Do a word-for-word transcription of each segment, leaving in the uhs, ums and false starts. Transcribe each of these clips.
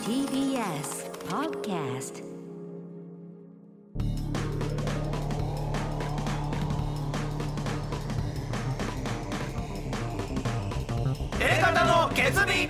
ティービーエス Podcast。 エレカタの決意。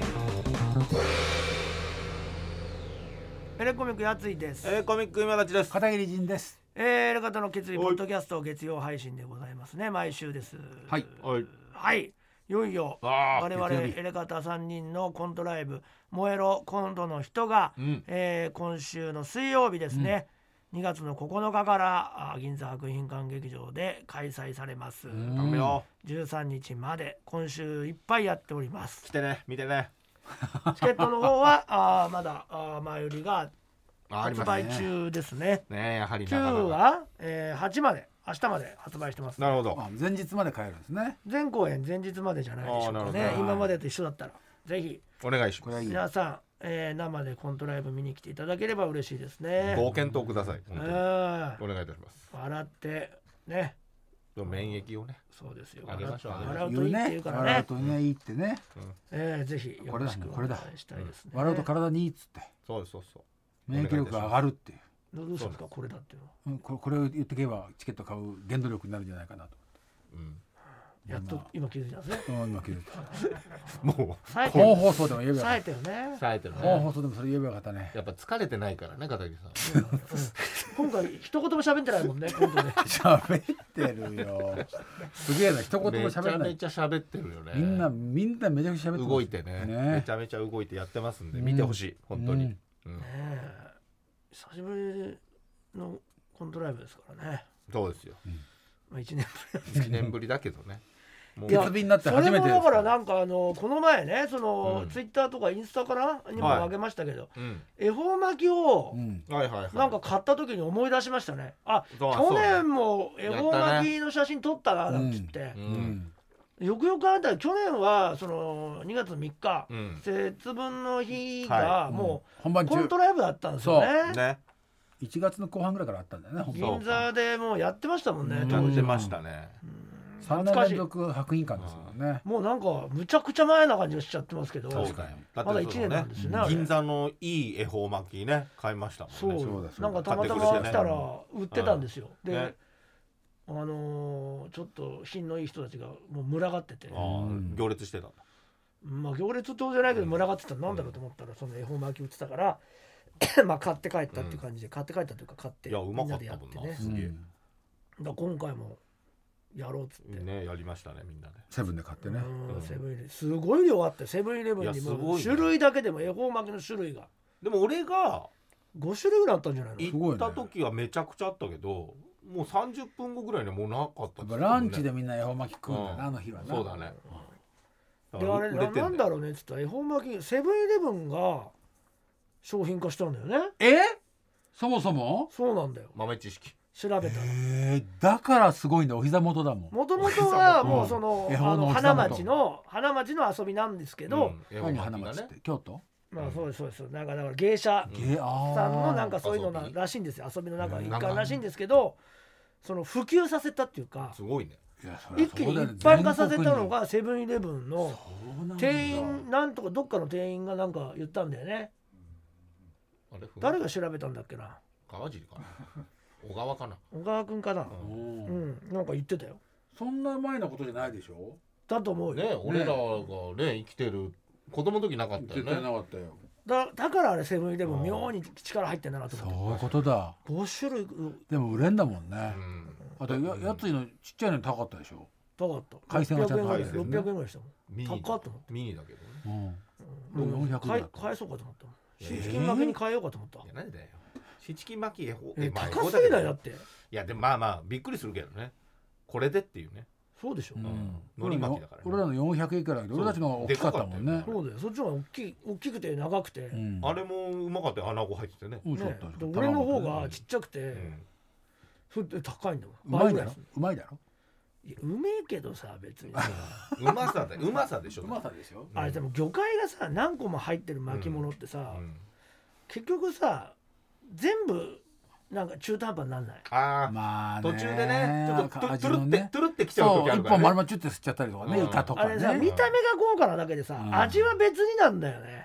エレコミックやついです。 えー、コミック今立ちです。 片桐仁です。 えー、エレカタの決意ポッドキャスト月曜配信でございますね。毎週です。 はいはいはい。いよいよあー我々 月曜日エレカタさんにんのコントライブ燃えろコントの人が、 うんえー今週の水曜日ですね、にがつのここのかからあ銀座博品館劇場で開催されます。 ん頼むよ。 じゅうさんにちまで今週いっぱいやっております。 来てね、見てね。 チケットの方はあーまだあー前売りがあ、あり発売ますね。 中ですね。 ね、やはりきゅうなかなか。 は、えー、はちまで明日まで発売してます。 なるほど。 あ、前日まで買えるんですね。 全公演前日までじゃないでしょうかあーなるね。 ほど今までと一緒だったらぜひお願いします。 これはいい。 皆さん、えー生でコントライブ見に来ていただければ嬉しいですね。 ご検討ください。 え本当にーお願いいたします。 笑ってね。 免疫をね。 そうですよ。 あげましょう笑あげましょうといいって言うからね笑う。とねいいってね。 えーぜひよこれだろしくお願これだいしたいですね。 笑うと体にいいっつってそうですそうそう。 免疫力が上がるっていう。 どうしたんですかこれだっていうの。 うん、これこれを言ってけばチケット買う原動力になるんじゃないかなと。 うん。 やっと今気づいたんですね。 うん、今気づいた。 も冴えてる。 本放送でも言えば冴えよかってるよね。 冴えてるた。本ね。 放送でもそれ言えばよかったね。 やっぱ疲れてないからね、片桐さん。 うん今回一言も喋ってないもんね今度ね。 喋ってるよ。すげえな、一言もめちゃ喋らない。 めちゃ喋ってるよね。 みんなみんなめちゃくちゃ喋ってます。 動いてね。 ねめちゃめちゃ動いてやってますんで見てほしい。本当に。うんねえ久しぶりのコントライブですからね。 そうですよ。 まあいちねんぶり。 いちねんぶりだけどね。もういや鉄瓶になって初めてですそれもだからなんかあのこの前ねその、 うんツイッターとかインスタからにもはいあげましたけど、 うん。 恵方巻きをうん。 はいはいはい。 なんか買った時に思い出しましたね。あ、 そう去年も恵方巻きの写真撮ったななんて言って、 う。 うんん。 よくよく考えたら去年はそのにがつみっか、 うん。 節分の日がはも本番中うコントライブだったんですよね。 ね。 いちがつの後半ぐらいからあったんだよね。本番銀座でもうやってましたもんね。 うん当時やってましたね。 さんねん連続博品館ですもんね。 もうなんかむちゃくちゃ前な感じがしちゃってますけど。 確かに。 だまだいちねんなんですよねあれ銀座のいい恵方巻きね買いましたそうもんね。 そうだそうだなんかたまたま来たら売ってたんですよ。で、 ねあのーちょっと品のいい人たちがもう群がってて、 あうんあ行列してたんだ。 まあ行列ってことじゃないけど群がってたらなんだろうと思ったらその恵方巻き売ってたからまあ買って帰ったっていう感じで、買って帰ったというか買っていやうまかったもんなみんなでやってね。 すげえだから今回もやろうっつって。 ねやりましたねみんなで。 セブンで買ってね。 うんうんセブンイレブンすごい量あってセブンイレブンにいやすもごいね種類だけでも恵方巻きの種類がでも俺がご種類ぐらいあったんじゃないの？ すごいね行った時はめちゃくちゃあったけど、もうさんじゅっぷんごぐらいにはもうなかったやっぱっつってたもんね。 ランチでみんな恵方巻き食うんだうんな、あの日はな。 そうだね。 であれな売れてんだよなんだろうねっつったら恵方巻きセブンイレブンが商品化したんだよね。 え？そもそも？ そうなんだよ。 豆知識。 調べたらえー、だからすごいんだ、お膝元だもん。 もともとはもうそのうん恵あ方のお膝元の花町の花町の遊びなんですけど、 うん恵方何花巻きがね町って京都？ まあそうですそうですなんかだから芸者うんえー、あーさんのなんかそういうのな遊びらしいんですよ。遊びの中うん一環らしいんですけど、その普及させたっていうかすごいね。 いやそりゃ一気にそうだよね一般化させたのがセブンイレブンのそうなんだ店員なんとかどっかの店員がなんか言ったんだよね。 あれ誰が調べたんだっけな。 川尻かな。小川かな。 小川くんかな。 ううんうんなんか言ってたよ。 そんな前のことじゃないでしょ。 だと思うよ。 ね俺らがね生きてる子供の時なかったよ絶対ね。 なかったよ。 だだからあれセブンイレブンうん妙に力入ってんだなとそう思って。 いうことだ。 ご種類でも売れんだもんね。 うんあとややついのちっちゃいの高かったでしょ。 高かった。 海鮮はちゃんとろっぴゃくえんぐらい入ってるねろっぴゃくえんぐらいしたもん。 ミニ高っと思ってミニだけどね。 うん。 もうよんひゃく買いだった買えそうかと思ったもん。 えー七金負けに変えようかと思った。 いやなんでだよ。七金巻き恵方えまあ高すぎないだ恵方だけどって。 いやでもまあまあびっくりするけどね。これでっていうね。 そうでしょ。 うん海苔巻きだからね俺らのよんひゃくえんくらいで俺たちの方が大きかったもんね。 そうだよ。そっちの方が大きい大きくて長くて。 うんあれもうまかったよ。穴子入っててね。 うんそうねだったで俺の方がちっちゃくて、 うんそれで高いんだもん。 うまいだろ倍ぐらする。 うまいだろ。 いやうめえけどさ別にさ。 うまさだうまさでしょ。 さでしょ。 あれでも魚介がさ何個も入ってる巻物ってさ、 うん結局さ全部なんか中途半端になんない。 ああまあね途中でねちょっとトゥ味トゥルってのねトゥルってきちゃうそう一時あるからね。 本丸々チュって吸っちゃったりとかね、 うんイカとかあれさ、 ね。 見た目が豪華なだけでさ、 うん味は別になんだよね。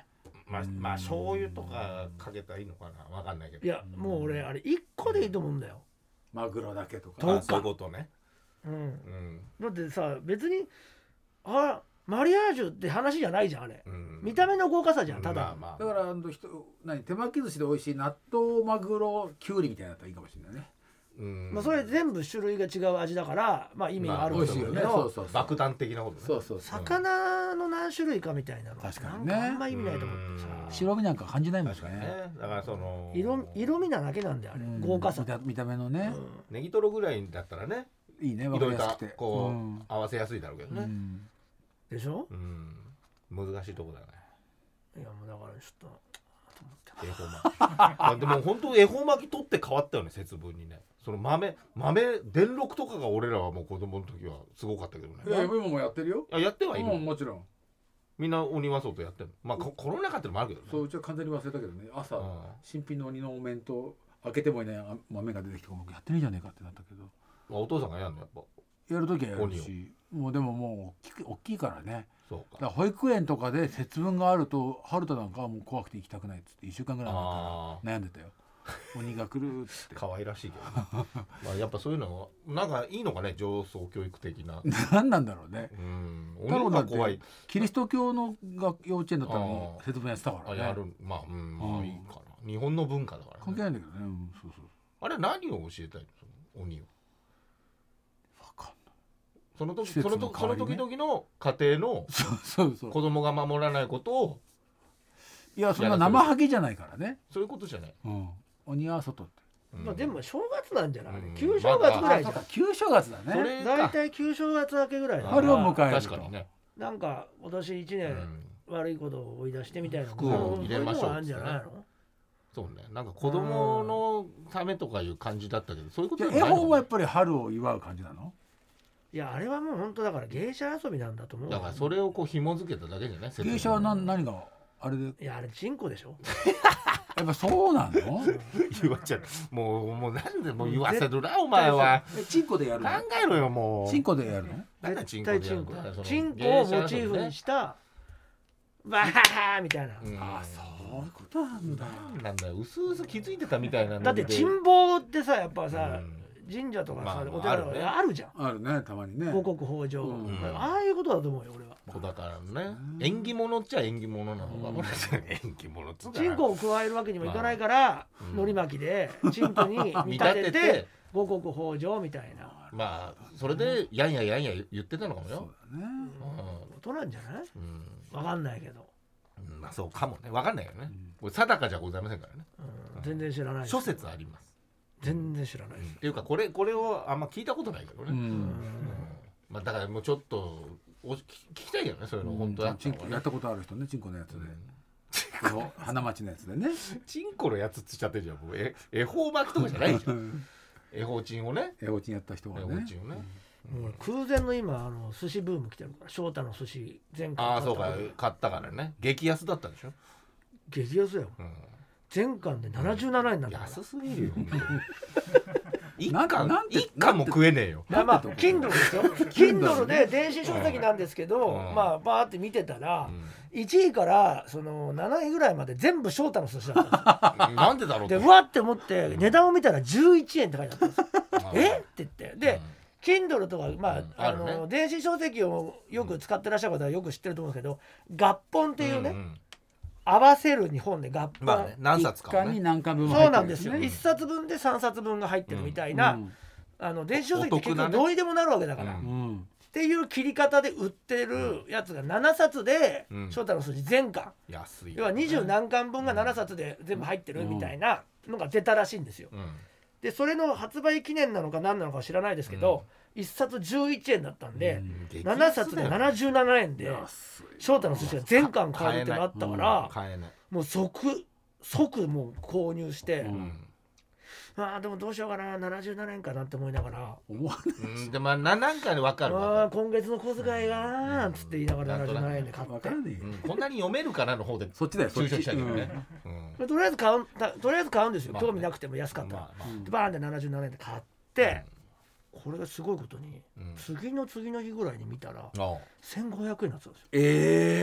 まあまあ醤油とかかけたらいいのかなわかんないけど。 いやもう俺あれいっこでいいと思うんだよ。 マグロだけとかとあそういうことね。 うん、 うんだってさ別にあマリアージュって話じゃないじゃんあれ、 うん、 見た目の豪華さじゃんただ、 まあまあだからあの人何手巻き寿司で美味しい納豆マグロきゅうりみたいなのだったらいいかもしれないね。 うんまあ、それ全部種類が違う味だからまあ意味があるんだけど、 美味しいよね。そうそうそう。 爆弾的なことね。 そうそうそう。 魚の何種類かみたいなの確かにねなんかあんま意味ないと思ってさ、 白身なんか感じないもんね。 確かにね。だからその色色味なだけなんだよあれ、 うん豪華さ見た見た目のね、 ネギトロぐらいだったらね、 いいね、わいろいろかりやすくてこう、 うん合わせやすいだろうけどね。 うんでしょ、 うん、難しいとこだよね。 いやもうだからちょっとと思って恵方巻き。まあでも本当恵方巻き取って変わったよね節分にね。その豆豆電録とかが俺らはもう子供の時はすごかったけどね。 いや今もやってるよ。 あやってはいる。 うんもちろん。 みんな鬼は外やってる。まあココロナ禍ってのもあるけどね。 そううちは完全に忘れたけどね。朝うん新品の鬼のお面と開けてもいないあ豆が出てきて僕やってねえじゃねえかってなったけど。 まあお父さんがやるのやっぱ。 やるときはやる鬼し、もうでももう大きく大きいからね。 そうか。 だから保育園とかで節分があると春田なんかはもう怖くて行きたくないっつっていっしゅうかんぐらい前かあら悩んでたよ。鬼が来るっつって。 可愛らしいけど、ね、まあやっぱそういうのなんかいいのかね上層教育的な。 何なんだろうね。 うん。 太郎だって鬼が怖い。 キリスト教のが幼稚園だったらあー節分やってたからね。 あやるまあうんまあうんいいかな。日本の文化だから、ね。 関係ないんだけどね。うんそうそう。 あれ何を教えたいのその鬼を。 わかんない。 その時季節のその時その変わりね時々の家庭のそうそうそう。 子供が守らないことをいやそんな生ハゲじゃないからね。 そういうことじゃない。 うん。鬼は外って。 うんまあでも正月なんじゃない、 うん旧正月ぐらいじゃん、 あそうか旧正月だね。 それ大体旧正月明けぐらいだから春を迎えると。 確かにね。 なんか今年一う年ん悪いことを追い出してみたいな服を入れましょうそういうのがあるんじゃないの、 そうね。なんか子供のためとかいう感じだったけどそういうことじゃあ絵じゃないの本はやっぱり春を祝う感じなの？ いやあれはもう本当だから芸者遊びなんだと思う。 だからそれをこう紐付けただけじゃない。 芸者は何何があれでいやあれチンコでしょやっぱそうなの？ 言わっちゃう。もうもうなんでもう言わせるなお前は。 えチンコでやる考の？ えろよもう。 チンコでやるの？ なんだチン絶対チンココでやるのそのチンコをモチーフにしたバーハーみたいな、 うんあそういうことなんだ。 なんなんだよ。うすうす気づいてたみたいなので。 だって珍宝ってさやっぱさ、 うん神社とかさ、 まあお寺とかあるねあるじゃん、 あるねたまにね。 五穀豊穣、 うんああいうことだと思うよ俺は。 そうだからね。縁起物っちゃ縁起物なのかもね。縁起物っつったらチンコを加えるわけにもいかないから、 うん海苔巻きでチンコに見立て見立ててて五穀豊穣みたいなまあそれでやんややんや言ってたのかもよ。 そうだね。 ことなんじゃない？ うんわかんないけど、 うんまあそうかもね。わかんないよね。これ定かじゃございませんからね。 うん、全然知らないです諸説あります。 全然知らないです、 っていうかこれこれをあんま聞いたことないけどね。 ううんん。 まあだからもうちょっとお聞きたいけどねそういうの本当だったチンコのがねやったことある人ねチンコのやつで。 うんこの花町のやつでね。 チンコのやつっつっちゃってるじゃん。もうえ恵方巻きとかじゃないじゃん。恵方チンをね。 エゴチンやった人は恵ね。 方チンをね。 もう空前の今あの寿司ブーム来てるから翔太の寿司前回ああそうか買ったこと買ったからね。激安だったでしょ。 激安だようん全巻でななじゅうななえんなんだから、 安すぎるよ。一なん貫なんて一貫も食えねえよ。 まあまあ Kindle ですよ Kindle でね電子書籍なんですけど、 うんまあバーって見てたら、 ういちいからそのなないぐらいまで全部翔太の寿司だったんですよんなんでだろうとでうわって思って値段を見たらじゅういちえんって書いてあったんですよえって言ってで、Kindle とか、まあうんあのあるね電子書籍をよく使ってらっしゃる方はよく知ってると思うんですけど合本っていうね、 んん合わせる日本で合本、 まあね何冊か一巻にもね。 何巻分もそう入ってるなんですよ、いっさつぶんでさんさつぶんが入ってるみたいな、 うんあの電子書籍って結お得なね局どうにでもなるわけだから、 うっうんていう切り方で売ってるやつがななさつで、 うん翔太の寿司全巻安い。 要はにじゅう何巻分がななさつで全部入ってるみたいなのが出たらしいんですよ。 うんでそれの発売記念なのか何なのか知らないですけど、いっさつじゅういちえんだったんで、 激ななさつでななじゅうななえんで安い翔太の寿司が全巻買えるってなったから、 買えない。 もう即即もう購入して、 ううんんああでもどうしようかなななじゅうななえんかなって思いながら。 思わうんでまあななんかで分かるわああ今月の小遣いがなーっつって言いながらななじゅうななえんで買ってないわからねえようんこんなに読めるかなの方でそっちだよそっち抽象したけどね。うんとりあえず買うたとりあえず買うんですよ、 まあね興味なくても安かったら、 まあまあうんでバーンでななじゅうななえんで買って、これがすごいことに、 うん次の次の日ぐらいに見たらあせんごひゃくえんになってたんですよええ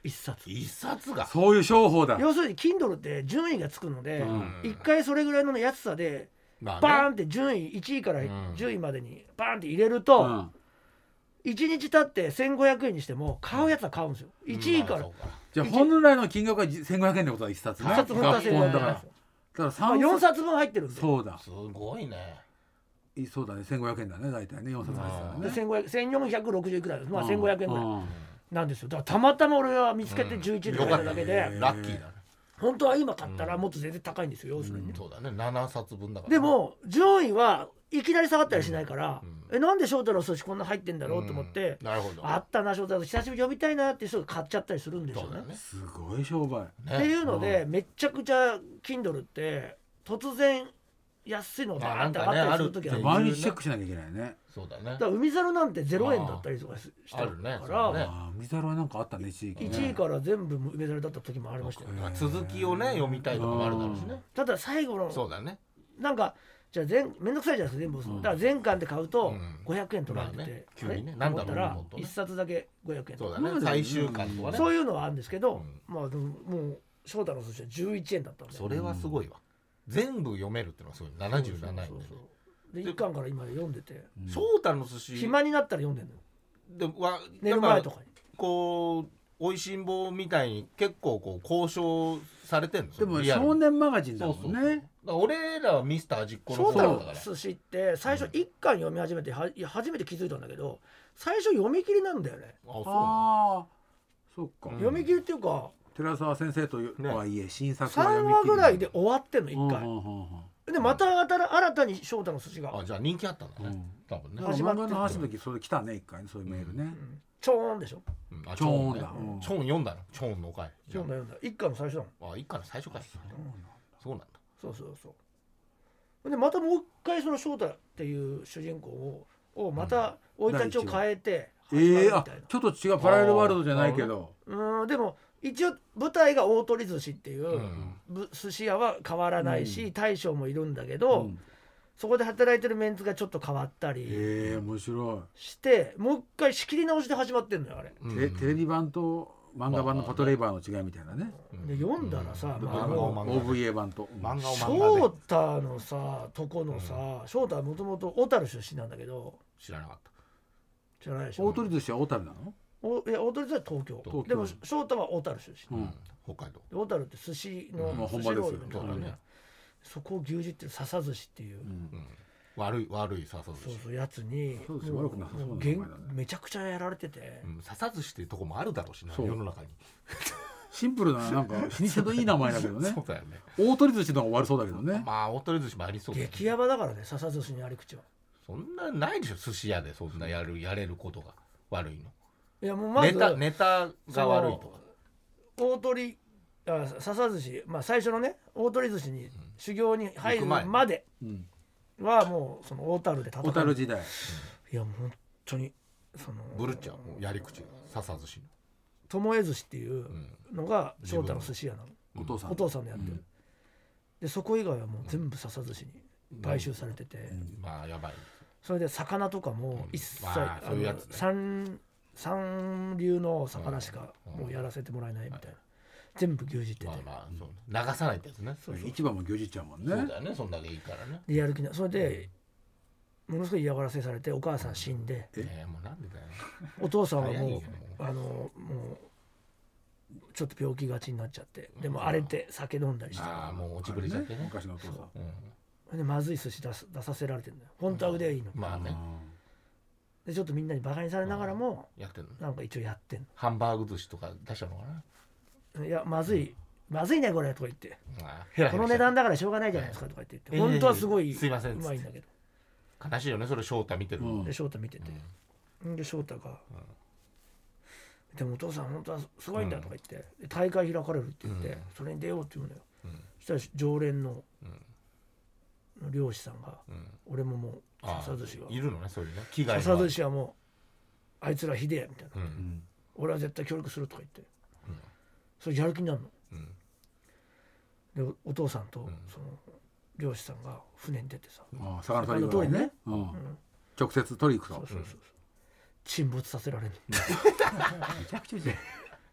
一冊。 一冊がそういう商法だ。 要するに Kindle って順位がつくので、 うん一回それぐらいの安さでまあねバーンって順位いちいからうんじゅういまでにバーンって入れるうと、 んいちにち経ってせんごひゃくえんにしても買うやつは買うんですよ。いちいからまあそうかじゃあ本来の金額はせんごひゃくえんってことだ一冊ね。 一冊本当はせんごひゃくえんだからなんですよ。 だからまあ三よんさつぶん入ってるんで。 そうだ。 すごいね。 いそうだねせんごひゃくえんだね大体ねよんさつ入ってたらでね。 せんごひゃく、せんよんひゃくろくじゅういくらいです。まあせんごひゃくえんぐらいうんなんですよ。だからたまたま俺は見つけてじゅういちえんで買えただけで、 うんラッキーだね。 本当は今買ったらもっと全然高いんですよ。要するにね。 そうだね。ななさつぶんだから。 でも順位はいきなり下がったりしないから、 うんえなんで翔太の寿司こんな入ってんだろうと思って、 うんなるほど。 あったな翔太の久しぶりに呼びたいなっていう人が買っちゃったりするんですよね。 そうだね。 すごい商売。 っていうので、めっちゃくちゃ Kindle って突然安いのがバーンって上がったりする時は、 まあなんかねある毎日チェックしなきゃいけないね。 そうだねだ。から海猿なんてゼロえんだったりとかししたかあるねそら、 うねああ水猿はなんかあったね一時期ね。 いちいから全部海猿だった時もありましたよね。 まあ続きをね読みたいとかもあるだろうしね。 ただ最後のそうだね。 なんかじゃあ全めんどくさいじゃないですか全部、 うんだから全巻で買うとうんごひゃくえん取られてて、 まあね急にねあれと思ったらなんだろうもっとねいっさつだけごひゃくえんとかそうだね。最終巻とかね。 そういうのはあるんですけど、 うまあでももう翔太の寿司はじゅういちえんだったんで、 それはすごいわ。全部読めるってのはすごい。ななじゅうななえんでね。 そうそうそうでいっかんから今で読んでて、 うん翔太の寿司暇になったら読んでるのよでは寝る前とかに。 こうおいしんぼみたいに結構こう交渉されてるんですでもよリアルに少年マガジンだもそうそうんそうだかね。 ら俺らはミスター味っ子の翔太の頃だから寿司って最初いっかん読み始めてはいや初めて気づいたんだけど最初読み切りなんだよね、 あそうああそっか、 うん読み切りっていうか寺澤先生とはいえ、新作をさんわぐらいで終わってんのいっかい、 うんうんうんうんでまた新たに翔太の寿司が、 あじゃあ人気あったんだね、 うん多分ねなんか始まって漫画の話の時それ来たね一回ねそういうメールね、 うんちょーんでしょうんあチョーンねだうんチョーン読んだのチョーンの回じゃ読んだ読んだいっかいの最初だもんああ一家の最初回そうなんだそうそうそうでまたもう一回その翔太っていう主人公ををまた生い立ちを変えてえ始まるえあみたいな、 ちょっと違うパラレルワールドじゃないけどうんでも一応舞台が大鳥寿司っていう、 うんぶ寿司屋は変わらないし、 うん大将もいるんだけど、 うんそこで働いてるメンツがちょっと変わったりええ面白してもう一回仕切り直しで始まってんのよあれ、 うんいテレテレビ版と漫画版のパトレイバーの違いみたいなねうんで読んだらさ、 うんまあ、 漫画をもう漫画でオーブイエー 版と漫画を漫翔画で太のさとこのさ、翔太はもともと小樽出身なんだけど知らなかったじゃないでしょ大鳥寿司は小樽なのおいや大鳥寿司は東京東京でも翔太は小樽出身、 うんうん北海道で小樽って寿司の、 うんまあ寿司本場ですよロールみたいなのねそうだねそこを牛耳ってる笹寿司っていう、 うんうん悪い悪い笹寿司そうそうやつにそうですもう悪くなさそうなもうげん名前だねめちゃくちゃやられてて、 うん笹寿司っていうとこもあるだろうしなそう世の中にシンプルななんか老舗のいい名前だけどねそうだよね大鳥寿司の方が悪そうだけどねまあ大鳥寿司もありそうだよね激ヤバだからね笹寿司にやり口は。 そんなないでしょ寿司屋でそんなやるやれることが悪いのいやもうまずネタネタが悪いとか大鳥あ笹寿司、まあ、最初のね大鳥寿司に修行に入るまでうんはもうその大樽で戦う小樽時代いやもう本当にそのブルっちゃうもうやり口笹寿司友江寿司っていうの、 のが翔太の寿司屋なの、 お父さんお父さんのやってる、 うんでそこ以外はもう全部笹寿司に買収されてて、 うんまあやばいそれで魚とかも一切、 うんまあそういうやつねあの三三流の魚しかもうやらせてもらえないみたいな、全部牛耳ってて、 まあまあそうね流さないってやつねそうそう市場も牛耳っちゃうもんねそうだよねそんだけいいからねでやる気なそれでものすごい嫌がらせされてお母さん死んで、 ええーもうなんでだよお父さんはもう早いよもうあのもうちょっと病気がちになっちゃってでも荒れて酒飲んだりして、 ああもう落ちぶれちゃってね昔のお父さんうんでまずい寿司出す出させられてるんだよ本当は腕いいの、 まあねでちょっとみんなにバカにされながらも、 やってんのなんか一応やってんハンバーグ寿司とか出したのかなのいやまずいまずいねこれとか言ってあーヘラヘラしてこの値段だからしょうがないじゃないですかとか言ってええ本当はすごいすいませんうまいんだけど悲しいよねそれ翔太見てるうんで翔太見てて、で翔太が、でもお父さん本当はすごいんだとか言って、で大会開かれるって言って、 うんそれに出ようって言うのよ、 うんそしたら常連のうん漁師さんが、 うん俺ももうあ笹寿司はいるのねそういうね危害笹寿司はもうあいつらひでえみたいな、 うんうん俺は絶対協力するとか言って、 うんそれやる気になるのうんでおお父さんとんその漁師さんが船に出てさ、 ああ魚取り具合ねうんうん直接取り行くとそうそうそうそう沈没させられるのめちゃくちゃじゃん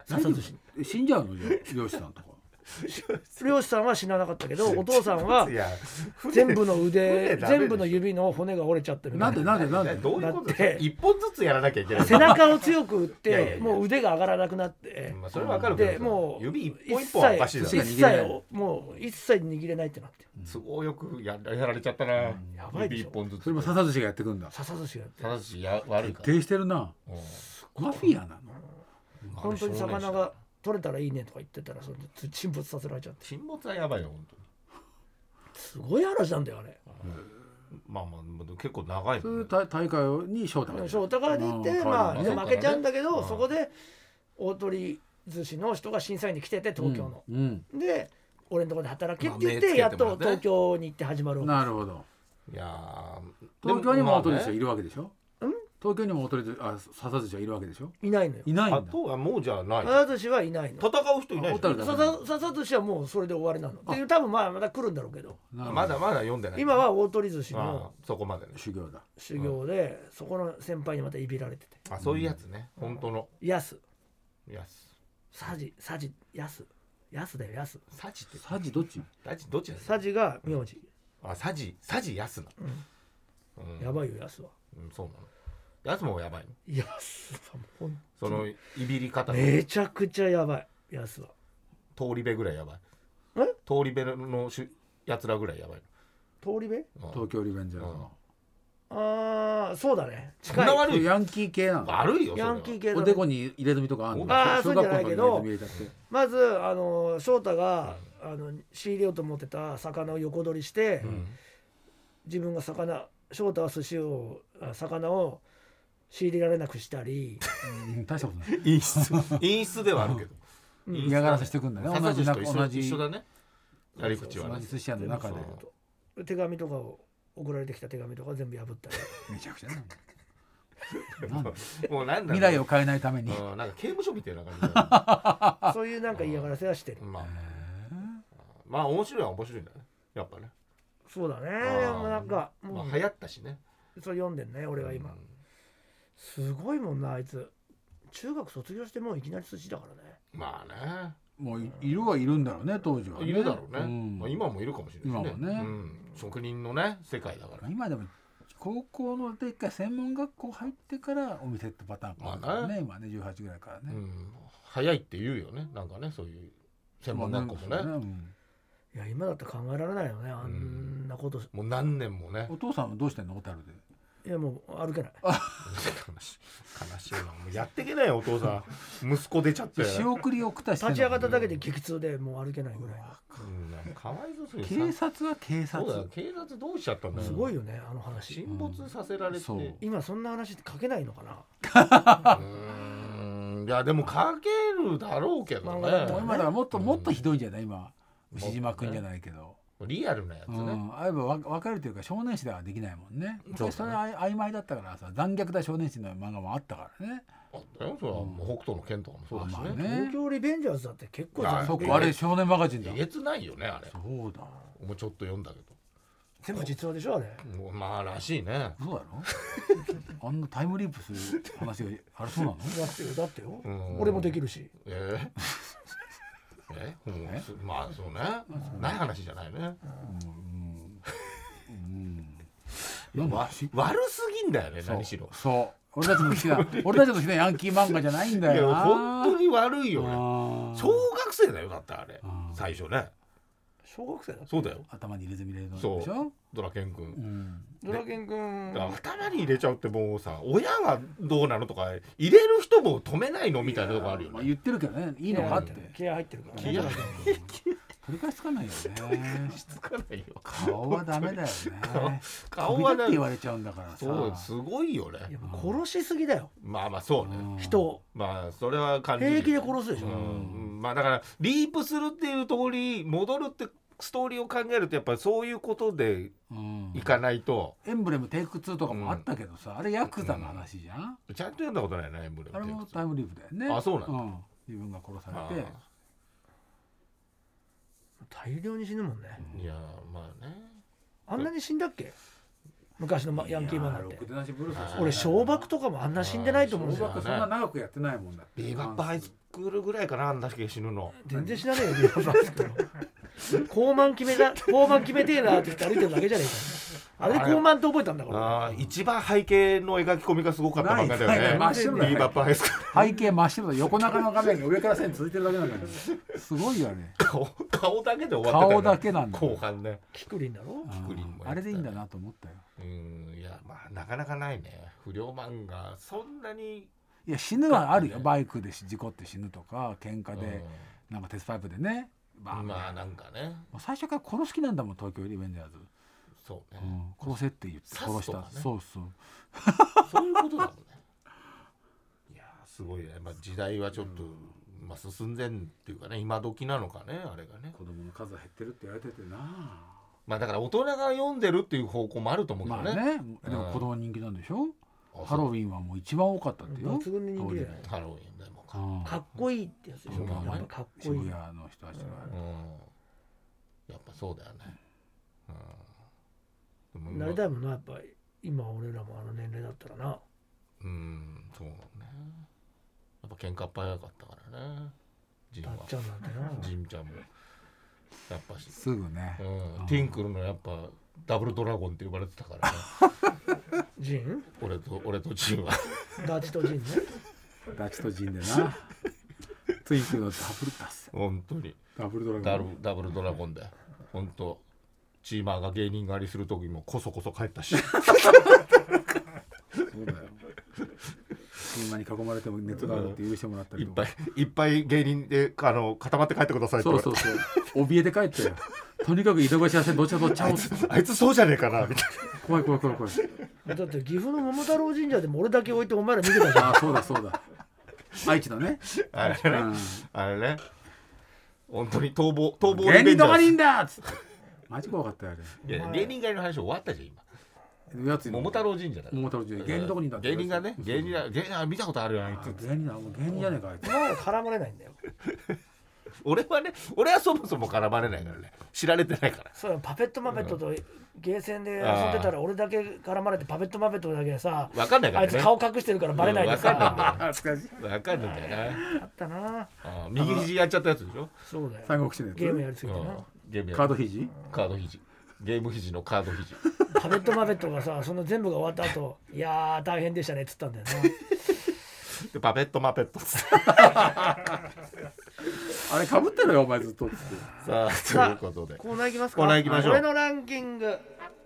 笹寿司死んじゃうのじゃあ漁師さんとか漁師さんは死ななかったけどお父さんはいや全部の腕船ダメでしょ全部の指の骨が折れちゃってるみたないんでなんでなんでどういうことだって一本ずつやらなきゃいけない背中を強く打っいやいやいやてもう腕が上がらなくなってまあそれはわかるけどでもう指一一本一本はおかしいだろ切一切もう一切握れないってなってる都合よくややられちゃったな、 やばいでしょ指一本ずつそれも笹寿司がやってくんだ笹寿司がやってただしや悪いから徹底してるなうんマフィアなの本当に魚が取れたらいいねとか言ってたらそれで沈没させられちゃって沈没はやばいよ本当にすごい話なんだよあれまあまあ結構長いそういうもんね大大会に翔太が出て翔太から出てうんまあうんで負けちゃうんだけどうんそこで大鳥寿司の人が審査員に来てて東京のうんで俺のところで働けって言っまあ目つけててやっともらって東京に行って始まるうんわなるほどいやー東京にも大鳥寿司ではいるわけでしょん東京にも大鳥寿司あ笹寿司はいるわけでしょけいないのよいないんだあとはもうじゃない笹寿司はいないの戦う人いないでしょあ小樽だ笹笹寿司はもうそれで終わりなのっていう多分まあまだ来るんだろうけどなるほどまだまだ読んでない今は大鳥寿司あのあそこまでね修行だ修行でそこの先輩にまたいびられててあそういうやつね本当のやすやさじさじやすやすだよやすサジってサジどっちサジどっちださじが名字あサジサジやすなうんやばいよやすはうんそうなのやつもやばいのやすはもうそのいびり方めちゃくちゃやばいやすは通り部ぐらいやばいえ通り部のしやつらぐらいやばい通り部の東京リベンジャーズのああそうだねそんな近い悪いヤンキー系なの悪いよそれはヤンキー系だねおでこに入れ墨とかあんのあー小そうじゃないけど小学校の時に入れ墨入れちゃってまずあの翔太があの仕入れようと思ってた魚を横取りしてうん自分が魚翔太は寿司をあ魚を仕入れられなくしたりうん大したことない陰湿陰湿ではあるけどうん陰湿嫌がらせしてくんだね同じ笹寿司と一緒同じ一緒だねやり口はね同じ寿司屋の中でそう手紙とかを送られてきた手紙とか全部破ったりめちゃくちゃななんだもうなんだろう未来を変えないためにうんなんか刑務所みたいな感じだねそういうなんか嫌がらせはしてるまあまあ面白いは面白いんだねやっぱねそうだねーでもなんかもうまあ流行ったしねそれ読んでんね俺が今うんすごいもんなあいつ中学卒業してもういきなり寿司だからねまあねもういいるはいるんだろうね当時はねいるだろうね、 んまあ、今もいるかもしれないしね今もねうん、職人のね世界だから今でも高校ので一回専門学校入ってからお店ってパターンがあるからまあねね今ねじゅうはちぐらいからねうん、早いって言うよねなんかねそういう専門学校もね,、 まあうんいや今だって考えられないよねあんなこともう何年もねお父さんはどうしてんの小樽でいやもう歩けない悲しい悲しいなもうやってけないよお父さん息子出ちゃって仕送りを送ったりしてんの立ち上がっただけで激痛でもう歩けないぐらいうんなんかかわいそうすぎ警察は警そうだよ察警察どうしちゃったんだよすごいよねあの話沈没させられて、 そう今そんな話書けないのかなうーんいやでも書けるだろうけど漫画だったらね今だからもっともっとひどいんじゃない今牛島君じゃないけどリアルなやつね、 うん、ああいえばわ分かるというか少年誌ではできないもんねそうだねそれは曖昧だったからさ残虐な少年誌の漫画もあったからねあったよそれはもう北斗の拳とかもそうだしね,、 あまあね東京リベンジャーズだって結構いやそっ全部かあれ少年マガジンだえげつないよねあれそうだもうちょっと読んだけ全部実話でしょあれどもうまあらしいねそうだろあんなタイムリープする話があれそうなのだってよだってようん俺もできるしえー、えもうえすまあそうねない話じゃないねなんだわ悪すぎんだよねそう何しろそう俺たちの好きな俺たちの好きなヤンキー漫画じゃないんだいやよな本当に悪いよねあー小学生だよだってあれうん最初ね小学生だったそうだよ頭に入れ墨入れるのそうでしょドラケン君うんドラケン君頭に入れちゃうってもうさ親がどうなのとか入れる人も止めないのみたいなとこあるよねまあ言ってるけどねいいのかって気合入ってるからね気合ドラケン君取り返しつかないよねつかないよ顔はダメだよね顔はね飛び出って言われちゃうんだからさそうすごいよねいやもう殺しすぎだよまあまあそうねうん人をまあそれは感じる平気で殺すでしょうんまあだからリープするっていうところに戻るってストーリーを考えるとやっぱりそういうことでうんいかないとエンブレムテイクツーとかもあったけどさ、あれヤクザの話じゃん、 ちゃんと読んだことないなエンブレムあれテイクツーもタイムリープだよねあそうなんだん、自分が殺されて大量に死ぬもんねいやまあねあんなに死んだっけ昔の、ま、ヤンキー漫画っろてくでなしブルースですよ俺小爆とかもあんな死んでないと思うんですよ小学そんな長くやってないもんだってビーバップハイスクールぐらいかなあんだけ死ぬの。 全然死なねえよビーバップハイスクール高慢決めだ高慢決めてえなって言って歩いてるだけじゃねえかあれで高慢って覚えたんだからあー一番背景の描き込みがすごかった漫画だないないよね。 真っ白だよビーバップハイスクール。 背景真っ白だ横長の画面が上から線続いてるだけなんだけどすごいよね顔顔だけで終わってたよね。 顔だけなんだ後半ね。 キクリンだろクリンもやってたねあれでいいんだなと思ったよ。 うんいやまあなかなかないね。不良漫画そんなに。 いや死ぬはあるよ。バイクで事故って死ぬとか喧嘩でなんか鉄パイプでね、 まあ、まあなんかね。 もう最初から殺す気なんだもん東京リベンジャーズ、 そうね、 うん、殺せって言って殺した、 刺すとかねそうそうそういうことだもんね。いやすごいね、まあ、時代はちょっと、まあ、進んでんっていうかね今時なのかねあれがね。 子供の数が減ってるって言われててな。 まあだから大人が読んでるっていう方向もあると思うけどね。 まあねでも子供人気なんでしょ、 あハロウィンはもう一番多かったってよ。 抜群に人気じゃないハロウィンでもか、 うんかっこいいってやつでしょ、 うんやっぱかっこいい渋谷の人たちが、 うん、やっぱそうだよね、うん、でもなりたいもんなやっぱり今俺らもあの年齢だったらなうんそうねやっぱ喧嘩っ早かったからねジンはたっちゃんなんてなジンちゃんもやっぱし、 すぐね、 うん、ティンクルのやっぱダブルドラゴンって呼ばれてたからねジン俺と俺とジンはダチとジンねダチとジンでなトゥインクルのダブルダス本当にダブルドラゴンダブルダブルドラゴンで本当チーマーが芸人狩りする時もこそこそ帰ったしそうだよチーマに囲まれても熱があるって許してもらったりとかいっぱいいっぱい芸人であの固まって帰ってくださいってそうそうそう怯えて帰ってよとにかく井戸橋せんどっちゃどっちゃおうあいつそうじゃねえかなみたい怖い怖い怖い怖いだって岐阜の桃太郎神社でも俺だけ置いてお前ら見てたじゃんあそうだそうだ愛知のね、 なあれね、 うん、 あれね本当に逃亡逃亡芸人どこにいんだだっつってマジ怖かったよあいや芸人狩りの話終わったじゃん今れやつ桃太郎神社だ桃太郎神社芸人どこにいんだって芸人がね芸人が芸人は見たことあるよあいつ芸人だもう芸人じゃねえかあいつお前ら絡まれないんだよ俺はね俺はそもそも絡まれないからね知られてないからそうよパペットマペットとゲーセンで遊んでたら俺だけ絡まれてパペットマペットだけさ分かんないからねあいつ顔隠してるからバレないで分かんないんさだよ懐かしい分かんないんだよなあったなあ右肘やっちゃったやつでしょそうだよ三国志のやつゲームやりすぎてうんなゲームやカード肘カード肘ゲーム肘のカード肘パペットマペットがさその全部が終わった後いやー大変でしたねっつったんだよなでパペットマペットっつってあれかぶってるよお前ずっとっつってさあさあということでコーナー行きますかコーナー行きましょう俺のランキング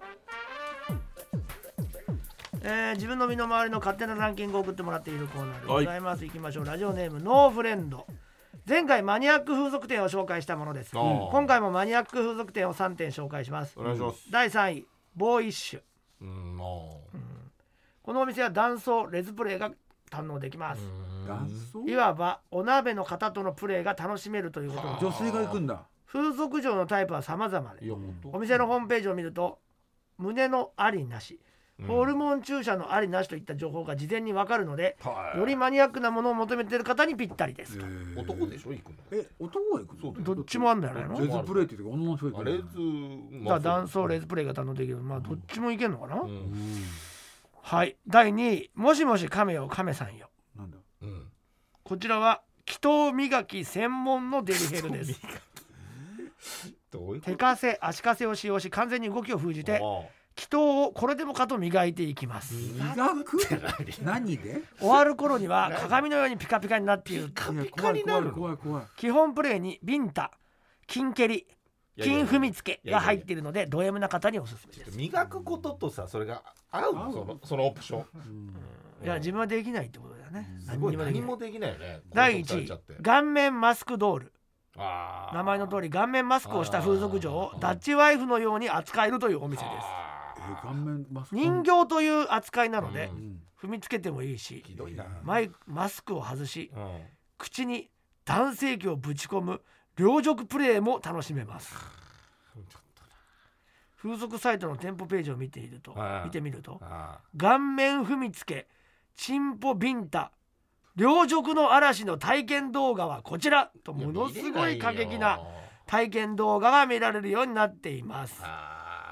えー自分の身の回りの勝手なランキングを送ってもらっているコーナーでございます。行きましょう。ラジオネームノーフレンド。前回マニアック風俗店を紹介したものです。 あー今回もマニアック風俗店をさんてん紹介します。 お願いしますだいさんいボーイッシュ。 うんまあこのお店は男装レズプレイが堪能できます。 男装いわばお鍋の方とのプレイが楽しめるということです。 女性が行くんだ風俗嬢のタイプは様々でいや本当お店のホームページを見ると胸のありなしホルモン注射のありなしといった情報が事前に分かるので、 はいよりマニアックなものを求めている方にぴったりです。 男でしょ行くのえ男が行くのそうどっちもあんだよね。 レズプレイって言うと女の人が行くあレズだから男装レズプレイが堪能できる。まあどっちもいけるのかな。 うんはい。だいにいもしもし亀よ亀さんよ。 なんだうんこちらは祈祷磨き専門のデリヘルです。 どういうこと手かせ足かせを使用し完全に動きを封じてあ祈祷をこれでもかと磨いていきます。 磨く何で終わる頃には鏡のようにピカピカになっている。 いや怖い怖い怖い怖い基本プレイにビンタ金蹴り金踏みつけが入っているのでド M な方におすすめです。 磨くこととさそれが合うの合うそのそのオプションいや自分はできないってことだよね。 すごい何にもできない何もできないよねだいいちい拘束されちゃって顔面マスクドール。 あー名前の通り顔面マスクをした風俗嬢をダッチワイフのように扱えるというお店です。 あえ顔面マスク人形という扱いなのでうん踏みつけてもいいしーひどいなマイマスクを外しうん口に男性器をぶち込む両辱プレイも楽しめます。 ちょっと風俗サイトの店舗ページを見ているとはい見てみるとあ顔面踏みつけチンポビンタ両辱の嵐の体験動画はこちらとーものすごい過激いやな体験動画が見られるようになっています。 あ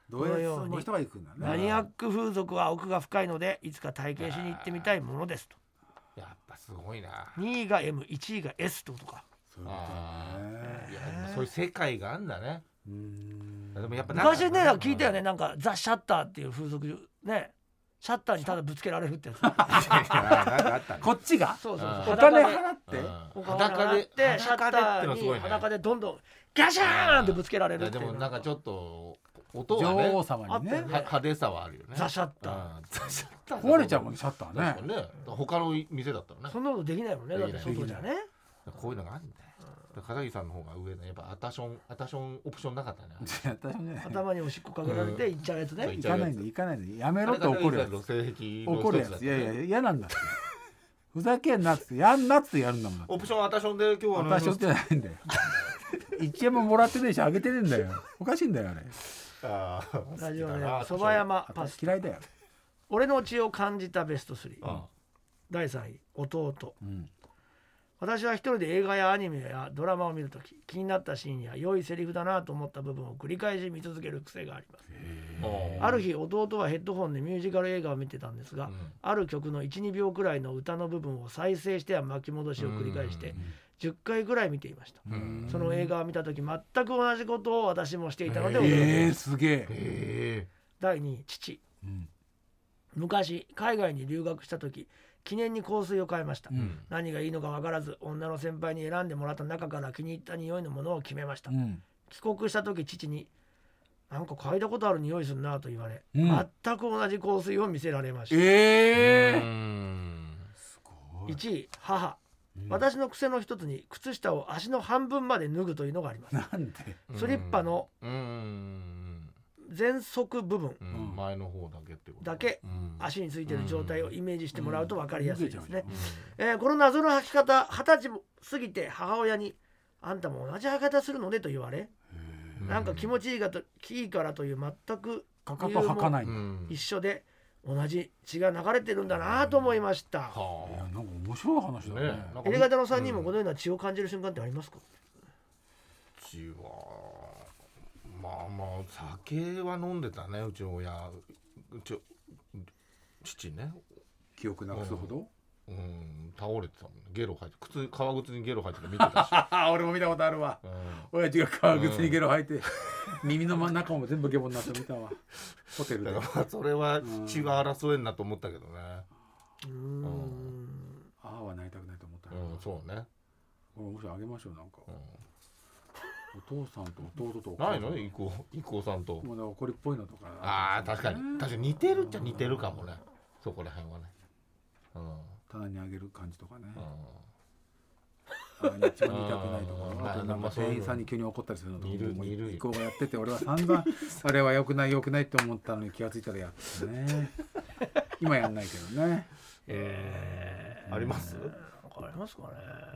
どういうそういう人が行くんだね。 マニアック風俗は奥が深いのでいつか体験しに行ってみたいものですと。 やっぱすごいな。 にいが エム、いちいが エス ってことか。 そういうことね。 いやでもそういう世界があんだね。 うーんでもやっぱなんか昔ね聞いたよね、なんかザ・シャッターっていう風俗ね、シャッターにただぶつけられるってやつ。 いやなんかあったね。 こっちがそうそうあーそう。 お金裸で払ってお金裸で払ってシャッタ裸でってのーすごいね。 に裸でどんどんガシャーンってぶつけられるいやっていう。 でもなんかちょっと音がね女王様にねあったよね派手さはあるよね。 ザ・シャッター。 うんザシャッター壊れちゃうもんねシャッターね。 確かにね。他の店だったらね。 そんなことできないもんね。だってできない外じゃね。 こういうのがあるんだよ。片桐さんの方が上だ。やっぱアタションアタションオプションなかったね。 私もね頭におしっこかけられて行っちゃうやつね。 うん行かないで行かないでやめろって怒るやつ。 つ。性癖の怒るやつ。 一つだったいやいや嫌なんだって。ふざけんなっつってやんなっつってやるんだもん。 オプションアタションで今日はね私ってないんだよ。一円ももらってねえしあげてねえんだよ。おかしいんだよあれ。 あーラジオネ好きだなームそば山パス。 嫌いだよ。 俺の血を感じたベストスリー。 あだいさんい弟。 うん。 私は一人で映画やアニメやドラマを見るとき、気になったシーンや良いセリフだなと思った部分を繰り返し見続ける癖があります。ある日弟はヘッドホンでミュージカル映画を見てたんですが、 うんある曲の いちにびょうくらいの歌の部分を再生しては巻き戻しを繰り返してじゅっかいぐらい見ていました。 うんその映画を見たとき全く同じことを私もしていたので驚きえー、 ました。 すげえ。 えだいにい父。 うん昔海外に留学したとき記念に香水を買いました、 うん何がいいのか分からず女の先輩に選んでもらった中から気に入った匂いのものを決めました、 うん帰国した時父になんか嗅いだことある匂いするなと言われ、 うん全く同じ香水を見せられました。 ーえー、 うんすごい。 いちい母、 うん私の癖の一つに靴下を足の半分まで脱ぐというのがあります。 なんで。 スリッパのうん前足部分うん前の方だけってことだけうん足についている状態をイメージしてもらうと分かりやすいですね、 うんえーこの謎の履き方二十歳も過ぎて母親にあんたも同じ履き方するのねと言われ、 うんなんか気持ちいいがといいからという全くかかと履かないんだ。 うん一緒で同じ血が流れてるんだなと思いました、 いやはなんか面白い話だね。 ねなんかエレガタのさんにんもこのような血を感じる瞬間ってありますか？ あうちはまあまあ酒は飲んでたねうちの親うち父ね記憶なくすほど。 うん倒れてたもんねゲロ吐いて靴革靴にゲロ吐いてたの見てたし、 ああ俺も見たことあるわ。 うん親父が革靴にゲロ吐いて、耳の真ん中も全部ゲボになって見たわ。ホテルで。 だからまあそれは血が争えんなと思ったけどねうーんああはなりたくないと思ったな。 うんそうね、 これもしあげましょうなんか。 うお父さんと弟とおん、 母さん。 ないの郁夫郁夫さんともうなんか怒りっぽいのとか。 ああ確かに確かに似てるっちゃ似てるかもねそこら辺はねうん棚にあげる感じとかね。 うんああ一番言いたくないとうんか。あとなんか店員さんに急に怒ったりするのとか似るもう似るよ移行がやってて俺は散々あれは良くない良くないって思ったのに気がついたらやってね。今やんないけどね。 えありますー、なんかありますかね、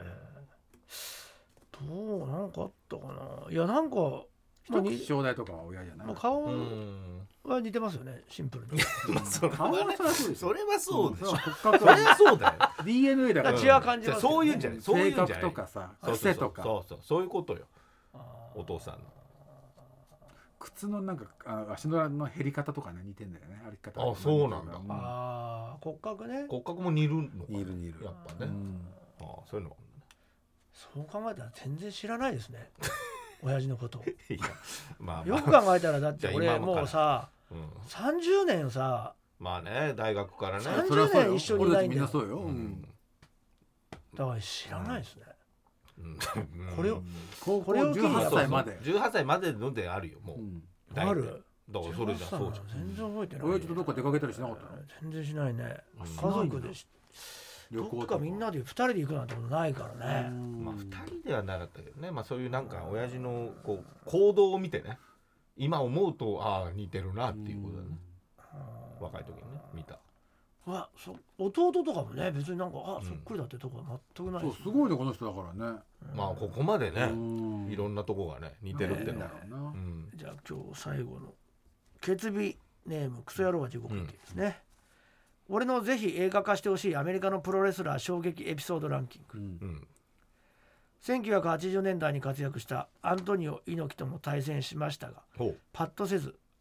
どうなんかあったかないやなんか、まあ、に気象台とかは親じゃない。 まあ、顔うんは似てますよねシンプルにそれ顔はそりゃそうでしょ。 それはそうでしょ骨そ格れはそうだよは ディーエヌエー だから。 血は感じますよねそういうんじゃないそうい性うんじゃない格とかさそうそう癖とかそうそうそういうことよあお父さんの靴のなんかあ足の裏の減り方とかね似てんだよね歩き方あそうなんだあー骨格ね骨格も似るのか似る似るやっぱね、 うんああそういうのがそう考えたら全然知らないですね親父のことをあるいやまあまよあく考えたらだってじゃあ俺今のからもうさうん、 さんじゅうねんさまあね大学からねさんじゅうそれはそうよ一緒にい俺ないんだよたちみんなそうよ、 ううんん、 だから知らないですね、 うんこれを高校これを機にじゅうはっさいまでじゅうはっさいまでのであるよもう、 うん大体あるだからそれじゃそうじゃん全然覚えてない、 親父とどっか出かけたりしなかったの全然しないねうん家族でしどっ旅行とかみんなでふたりで行くなんてことないからね、 まあふたりではなかったけどねまあそういうなんか親父のこう行動を見てね今思うとああ似てるなっていうことだね若い時にね見たうわそ弟とかもね別になんかあそっくりだってとこは全くないそうですすごいねこの人だからねまあここまでねうんいろんなとこがね似てるってのはねえなうんじゃあ今日最後のケツビネームクソ野郎は自己関係ですね、俺のぜひ映画化してほしいアメリカのプロレスラー衝撃エピソードランキング、 うんうんせんきゅうひゃくはちじゅうねんだいに活躍したアントニオ猪木とも対戦しましたがほうパッとせず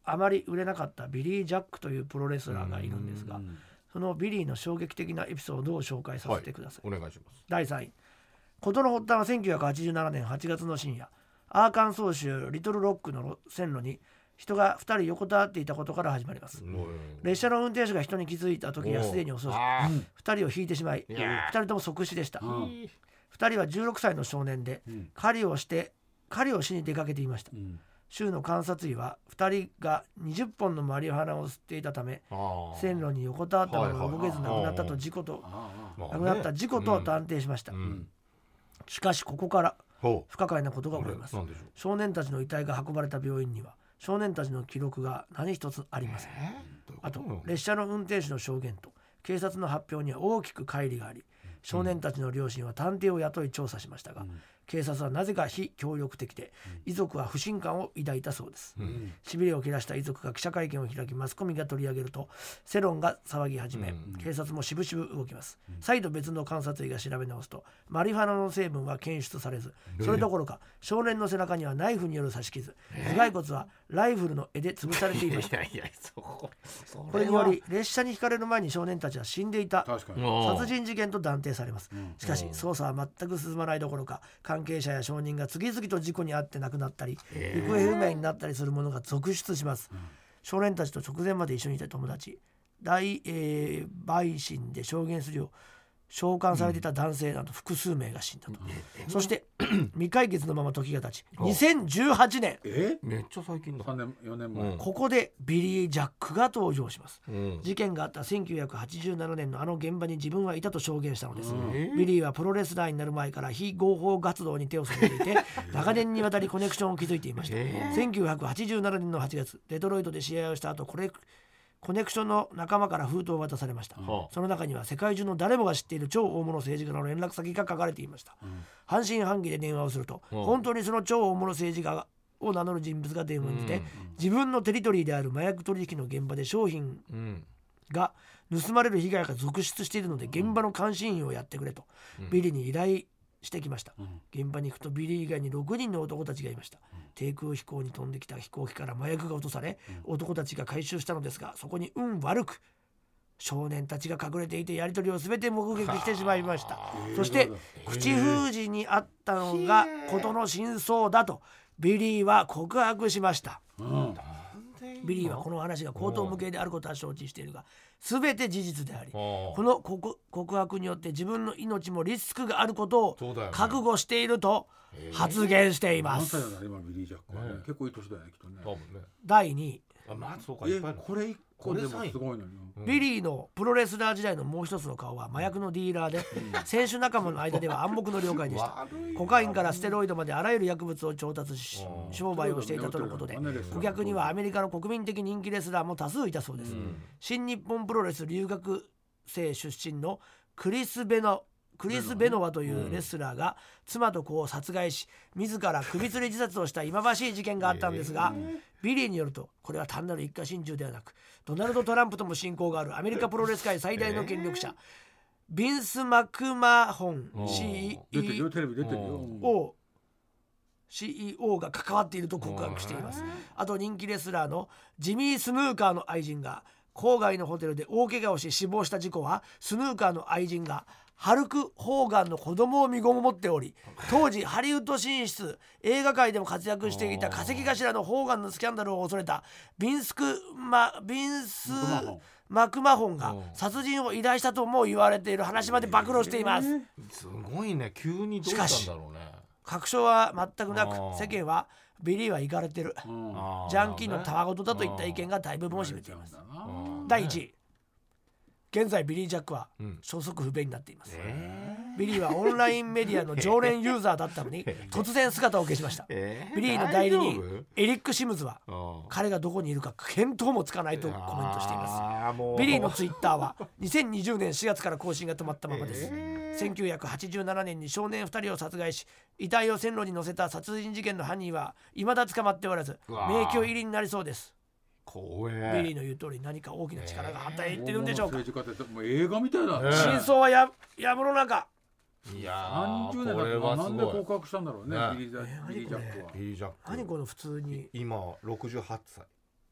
あまり売れなかったビリー・ジャックというプロレスラーがいるんですが、そのビリーの衝撃的なエピソードを紹介させてください、 はい、お願いします。 だいさんい、事の発端はせんきゅうひゃくはちじゅうななねんはちがつの深夜、アーカンソー州リトルロックの線路に人がふたり横たわっていたことから始まります。列車の運転手が人に気づいた時にはすでに遅く、ふたりを引いてしまい、ふたりとも即死でした。ふたりはじゅうろくさいの少年で、狩りをして狩りをしに出かけていました。州の観察医はふたりがにじゅっぽんのマリファナを吸っていたため、線路に横たわったまま動けず亡くなったと事故と亡くなった事故と断定しました。しかしここから不可解なことが起こります。少年たちの遺体が運ばれた病院には少年たちの記録が何一つありません。あと列車の運転手の証言と警察の発表には大きく乖離があり、少年たちの両親は探偵を雇い調査しましたが、警察はなぜか非協力的で、遺族は不信感を抱いたそうです。しびれを切らした遺族が記者会見を開き、マスコミが取り上げると世論が騒ぎ始め、警察もしぶしぶ動きます。再度別の観察医が調べ直すと、マリファナの成分は検出されず、それどころか少年の背中にはナイフによる刺し傷、頭蓋骨はライフルの柄で潰されていました。これにより列車にひかれる前に少年たちは死んでいた殺人事件と断定されます。しかし捜査は全く進まないどころか、関係者や証人が次々と事故に遭って亡くなったり、行方不明になったりするものが続出します。少年たちと直前まで一緒にいた友達、大、えー、陪審で証言するよう召喚されていた男性など複数名が死んだと。そして未解決のまま時が経ち、にせんじゅうはちねん、 えめっちゃ最近だ。 さんねんよねんまえ、 ここでビリー・ジャックが登場します、 うん、 事件があったせんきゅうひゃくはちじゅうななねんのあの現場に自分はいたと証言したのです、うん、ビリーはプロレスラーになる前から非合法活動に手を染めていて長年にわたりコネクションを築いていました。せんきゅうひゃくはちじゅうななねんのはちがつ、デトロイトで試合をした後、これコネクションの仲間から封筒を渡されました、うん、その中には世界中の誰もが知っている超大物政治家の連絡先が書かれていました、うん、半信半疑で電話をすると、うん、本当にその超大物政治家を名乗る人物が電話に来て、うん、自分のテリトリーである麻薬取引の現場で商品が盗まれる被害が続出しているので、現場の監視員をやってくれと、うん、ビリーに依頼してきました、うん、現場に行くとビリー以外にろくにんの男たちがいました、うん、低空飛行に飛んできた飛行機から麻薬が落とされ、うん、男たちが回収したのですが、そこに運悪く少年たちが隠れていて、やり取りを全て目撃してしまいました。そして口封じにあったのが事の真相だとビリーは告白しました、うん、ビリーはこの話が口頭無形であることは承知しているが、全て事実であり、この告白によって自分の命もリスクがあることを覚悟していると発言しています。 何歳だね今ビリー・ジャックはね、結構いい年だよねきっとね。 だいにい、 あ、まあ、そうか、いっぱいこれいっこでもすごいのに、 うん、ビリーのプロレスラー時代のもう一つの顔は麻薬のディーラーで、選手仲間の間では暗黙の了解でした。コカインからステロイドまであらゆる薬物を調達し商売をしていたとのことで、顧客にはアメリカの国民的人気レスラーも多数いたそうです、うん、新日本プロレス留学生出身のクリス・ベノクリス・ベノワというレスラーが妻と子を殺害し、自ら首吊り自殺をした忌まわしい事件があったんですが、ビリーによるとこれは単なる一家心中ではなく、ドナルド・トランプとも親交があるアメリカプロレス界最大の権力者、ビンス・マクマホン シーイーオー シーイーオー が関わっていると告白しています。あと人気レスラーのジミー・スヌーカーの愛人が郊外のホテルで大怪我をし死亡した事故は、スヌーカーの愛人がハルク・ホーガンの子供を身ごもっており、当時ハリウッド進出映画界でも活躍していた化石頭のホーガンのスキャンダルを恐れたビンスク、ま、ビンスマクマホンが殺人を依頼したとも言われている話まで暴露しています。 すごいね、急にどうしたんだろうね。 確証は全くなく、世間はビリーはイカれてる、ジャンキーのたわごとだといった意見が大部分を占めています。だいいちい、現在ビリー・ジャックは消息不明になっています、えー、ビリーはオンラインメディアの常連ユーザーだったのに突然姿を消しました、えー、ビリーの代理人エリック・シムズは彼がどこにいるか見当もつかないとコメントしています。ビリーのツイッターはにせんにじゅうねんしがつから更新が止まったままです、えー、せんきゅうひゃくはちじゅうななねんに少年ふたりを殺害し遺体を線路に乗せた殺人事件の犯人は未だ捕まっておらず、迷宮入りになりそうです。ビリーの言う通り何か大きな力が働いてるんでしょうか。 もう映画みたいな、 ね、真相はや藪の中。 いやさんじゅうねんだってなんで告白したんだろうね、ね、ビリー・ジャックは。 何この普通に今ろくじゅうはっさい。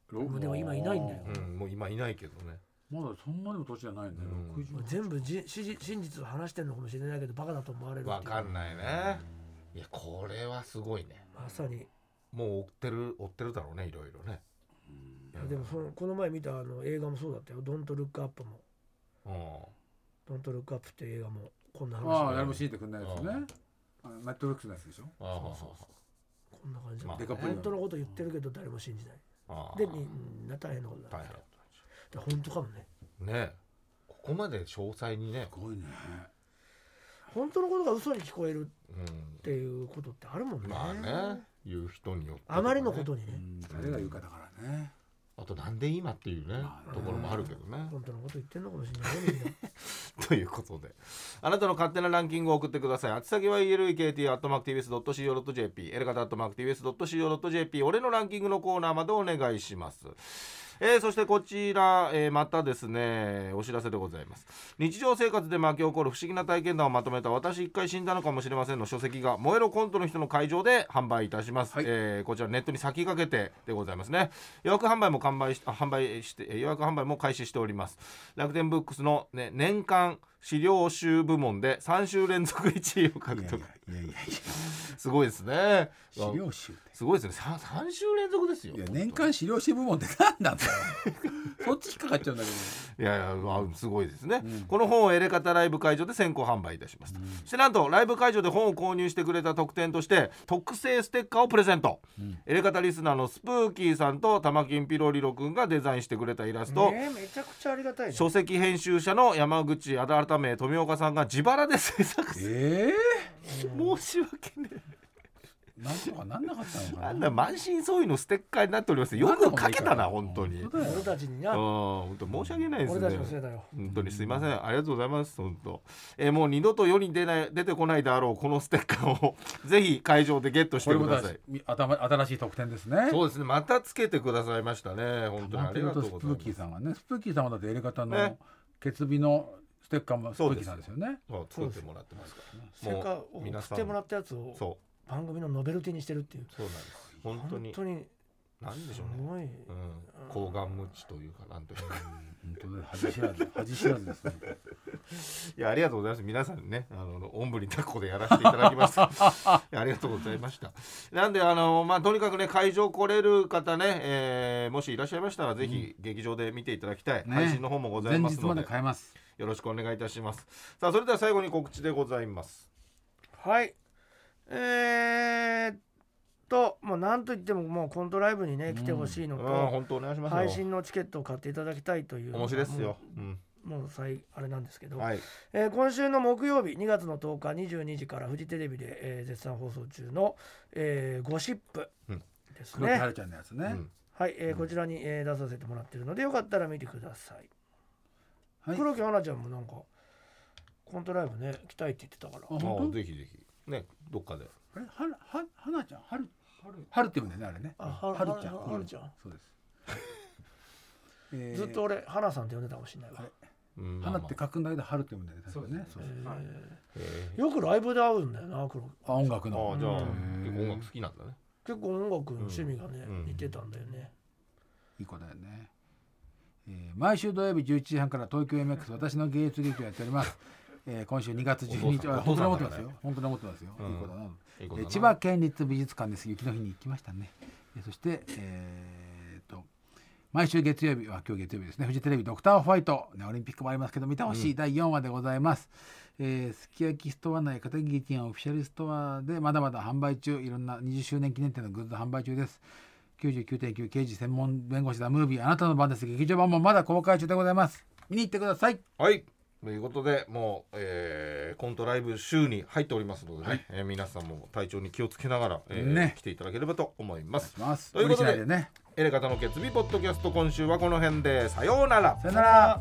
もうでも今いないんだよ、 うん、もう今いないけどね。 まだそんなにも年じゃないんだよ、 うんろくじゅう全部じ真真実を話してるのかもしれないけどバカだと思われるっていうわかんないね。いやこれはすごいね。 まさに。 もう追ってる追ってるだろうね、いろいろね。 いやでもそのこの前見たあの映画もそうだったよ。ドントルックアップも。 うん。 ドントルックアップっていう映画もこんな話ああ、 で誰も信じてくんないやつね。あネットフリックスのやつでしょ。 ああ、 こんな感じ、 まあで本当のこと言ってるけど誰も信じない。 ああでみんな大変なことにな大る。 変で本当かもね。 ね。ここまで詳細にね。 すごいね。 本当のことが嘘に聞こえるうん。 っていうことってあるもんね。 まあね、言う人によってとかね、 あまりのことにね、 誰が言うかだからね。 あとなんで今っていうね、 まあねところもあるけどね。 本当のこと言ってんのかもしれないねみんな。 ということで、あなたの勝手なランキングを送ってください。宛先は エルイーケーティー アットマーク ティービーエス ドット シーオー ドット ジェーピー エレカタ アットマーク ティービーエス ドット シーオー ドット ジェーピー 俺のランキングのコーナーまでお願いします。えー、そしてこちら、えー、またですねお知らせでございます。日常生活で巻き起こる不思議な体験談をまとめた私一回死んだのかもしれませんの書籍が燃えろコントの人の会場で販売いたします、 はいえー、こちらネットに先駆けてでございますね。予約販売も完売し販売して予約販売も開始しております。楽天ブックスの、ね、年間資料集部門でさん週連続いちいを獲得。 いやいやいやいやすごいですね。 資料集ってすごいですね。 さん, さん週連続ですよ。 いや年間資料集部門って何なんだよそっち引っかかっちゃうんだけど。 いやいやあすごいですね、 うん、 この本をエレカタライブ会場で先行販売いたします、うん、そしてなんとライブ会場で本を購入してくれた特典として特製ステッカーをプレゼント、うん、エレカタリスナーのスプーキーさんと玉金ピロリロくんがデザインしてくれたイラスト、 ね、めちゃくちゃありがたいね。 書籍編集者の山口改め富岡さんが自腹で制作する、 えー、申し訳ねえなんとかなんなかったのかな。 あんな満身創痍のステッカーになっております。よく書けたな本当に。 俺たちにな。 本当申し訳ないですね。 俺たちのせいだよ。 本当にすいません、ありがとうございます。本当、えー、もう二度と世に出ない出てこないであろうこのステッカーをぜひ会場でゲットしてください。 新しい特典ですね。 そうですね、またつけてくださいましたね。本当にありがとうございます。 スプーキーさんがね、スプーキーさんはだってエレカタの決日のステッカーもスプーキーさんですよね。 そう作ってもらってますからね。 ステッカーを送ってもらったやつをそう番組のノベルティにしてるっていう。 そうなんです。本当に。 本当になんでしょうね。 すごい。うん。 高顔無知というかなんというか。 本当ね、恥知らず、恥知らずですね。 いやありがとうございます。皆さんね、あのおんぶに抱っこでやらせていただきました。ありがとうございました。なんであのまあとにかくね会場来れる方ね、えー、もしいらっしゃいましたらぜひ劇場で見ていただきたい、うん、配信の方もございますので、 前日まで買えます。 よろしくお願いいたします。さあそれでは最後に告知でございます。 はい。えー、っともう何と言ってももうコントライブにね来てほしいのと、 うんうん、本当お願いしますよ。 配信のチケットを買っていただきたいという面白いですよ。うん、 もう最あれなんですけど、 はい、 えー、今週の木曜日にがつのとおかにじゅうにじからフジテレビで、えー、絶賛放送中の、えー、ゴシップですね。 黒木華ちゃんのやつね。うん、 はい、えーうん、こちらに、えー、出させてもらってるのでよかったら見てください。はい、黒木華ちゃんもなんかコントライブね来たいって言ってたから。 あぜひぜひねどっかで。 あれはは花ちゃんはるはるって言うんだよねあれね。 あはるちゃんはるちゃん。 そうです。 えー、ずっと俺花さんって呼んでたかもしれないわ。 花って書くんだけど春って呼ぶんだよね。そうですね。 よくライブで会うんだよな黒木。 あ音楽の。 あじゃあ結構音楽好きなんだね。 結構音楽の趣味がね、うん、似てたんだよね。 いい子だよね。えー、毎週土曜日じゅういちじはんから東京 エムエックス 私の芸術劇をやっております。えー、今週にがつじゅうににちは本当に思ってますよ。本当に思ってますよ。いい子だな。えー、千葉県立美術館です。雪の日に行きましたね。えー、そして、えー、と毎週月曜日は今日月曜日ですね。フジテレビドクターファイト、ね、オリンピックもありますけど見てほしい、うん、だいよんわでございます。えー、すき焼きストア内片桐店オフィシャルストアでまだまだ販売中。いろんなにじゅっしゅうねん記念店のグッズ販売中です。きゅうじゅうきゅうてんきゅう 刑事専門弁護士だムービーあなたの番です。劇場版もまだ公開中でございます。見に行ってください。 はいということでもう、えー、コントライブ週に入っておりますので、ねはいえー、皆さんも体調に気をつけながら、えーね、来ていただければと思います。 ますということで、 でね、 エレカタの決日ポッドキャスト今週はこの辺でさようなら。 さようなら。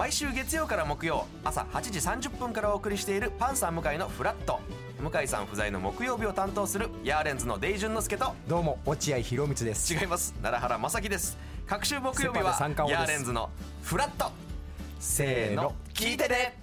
毎週月曜から木曜朝はちじさんじゅっぷんからお送りしているパンサー向井のフラット。向井さん不在の木曜日を担当するヤーレンズのデイジュンの之介と、 どうも落合博満です。 違います、奈良原正樹です。各週木曜日はヤーレンズのフラット。せーの聞いてね。